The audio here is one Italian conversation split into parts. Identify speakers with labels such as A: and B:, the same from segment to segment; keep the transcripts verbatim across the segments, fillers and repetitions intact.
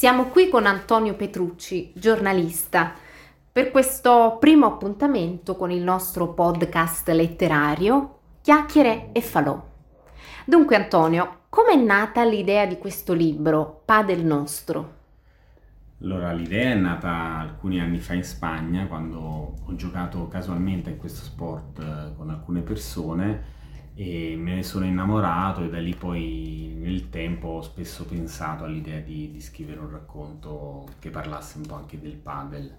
A: Siamo qui con Antonio Petrucci, giornalista, per questo primo appuntamento con il nostro podcast letterario Chiacchiere e Falò. Dunque Antonio, com'è nata l'idea di questo libro, Padel Nostro?
B: Allora, l'idea è nata alcuni anni fa in Spagna, quando ho giocato casualmente a questo sport eh, con alcune persone e me ne sono innamorato, e da lì poi nel tempo ho spesso pensato all'idea di, di scrivere un racconto che parlasse un po' anche del padel.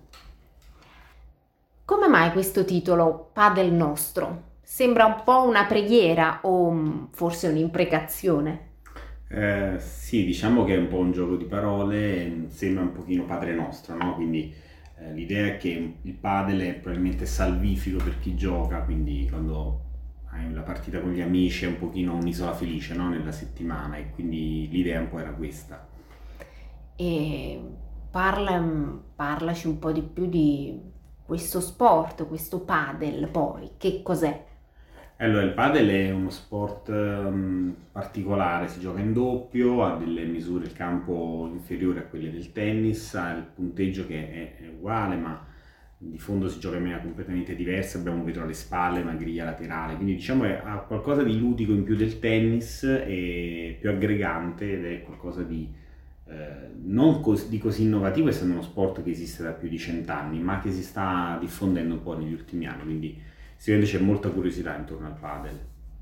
A: Come mai questo titolo, Padel Nostro? Sembra un po' una preghiera o mm, forse un'imprecazione?
B: Eh, sì, diciamo che è un po' un gioco di parole, mm, sembra un pochino Padre Nostro, no? Quindi eh, l'idea è che il padel è probabilmente salvifico per chi gioca, quindi quando hai la partita con gli amici è un pochino un'isola felice, no? Nella settimana, e quindi l'idea un po' era questa.
A: E parla, parlaci un po' di più di questo sport, questo padel poi, che cos'è?
B: Allora, il padel è uno sport ehm, particolare, si gioca in doppio, ha delle misure il campo inferiori a quelle del tennis, ha il punteggio che è, è uguale, ma di fondo si gioca in maniera completamente diversa, abbiamo un vetro alle spalle, una griglia laterale, quindi diciamo è, ha qualcosa di ludico in più del tennis e più aggregante, ed è qualcosa di eh, non cos- di così innovativo, essendo uno sport che esiste da più di cent'anni, ma che si sta diffondendo un po' negli ultimi anni, quindi sicuramente c'è molta curiosità intorno al padel.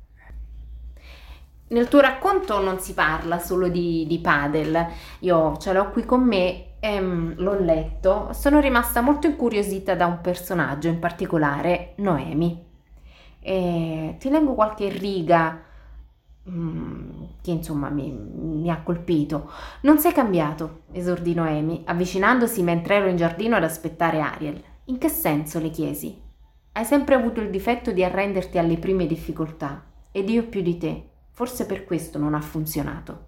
A: Nel tuo racconto non si parla solo di, di padel, io ce l'ho qui con me, ehm, l'ho letto, sono rimasta molto incuriosita da un personaggio in particolare, Noemi. E ti leggo qualche riga mm, che insomma mi, mi ha colpito. Non sei cambiato, esordì Noemi, avvicinandosi mentre ero in giardino ad aspettare Ariel. In che senso? Le chiesi. Hai sempre avuto il difetto di arrenderti alle prime difficoltà, ed io più di te. Forse per questo non ha funzionato.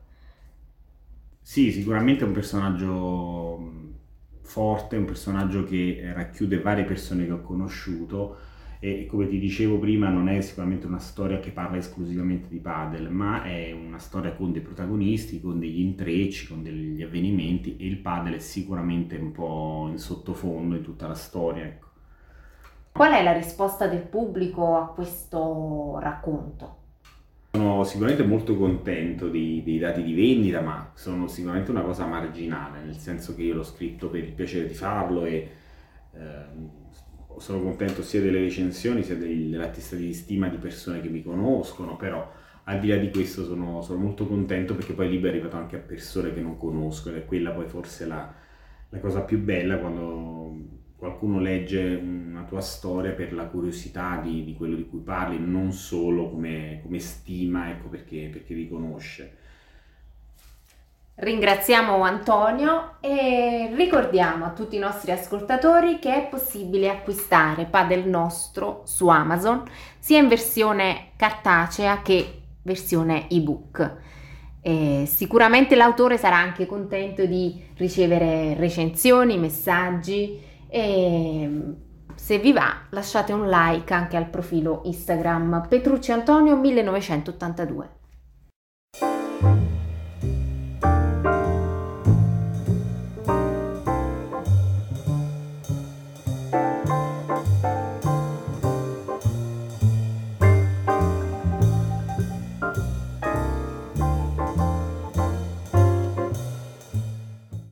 B: Sì, sicuramente è un personaggio mh, forte, un personaggio che racchiude varie persone che ho conosciuto, e come ti dicevo prima non è sicuramente una storia che parla esclusivamente di padel, ma è una storia con dei protagonisti, con degli intrecci, con degli avvenimenti, e il padel è sicuramente un po' in sottofondo in tutta la storia, ecco.
A: Qual è la risposta del pubblico a questo racconto?
B: Sono sicuramente molto contento dei, dei dati di vendita, ma sono sicuramente una cosa marginale, nel senso che io l'ho scritto per il piacere di farlo, e ehm, sono contento sia delle recensioni sia dei- dell'attestato di stima di persone che mi conoscono, però al di là di questo sono, sono molto contento perché poi il libro è arrivato anche a persone che non conosco, ed è quella poi forse la, la cosa più bella, quando qualcuno legge una tua storia per la curiosità di, di quello di cui parli, non solo come, come stima, ecco, perché, perché riconosce.
A: Ringraziamo Antonio e ricordiamo a tutti i nostri ascoltatori che è possibile acquistare Padel Nostro su Amazon sia in versione cartacea che versione ebook. E sicuramente l'autore sarà anche contento di ricevere recensioni, messaggi e se vi va lasciate un like anche al profilo Instagram Petrucci Antonio millenovecentottantadue.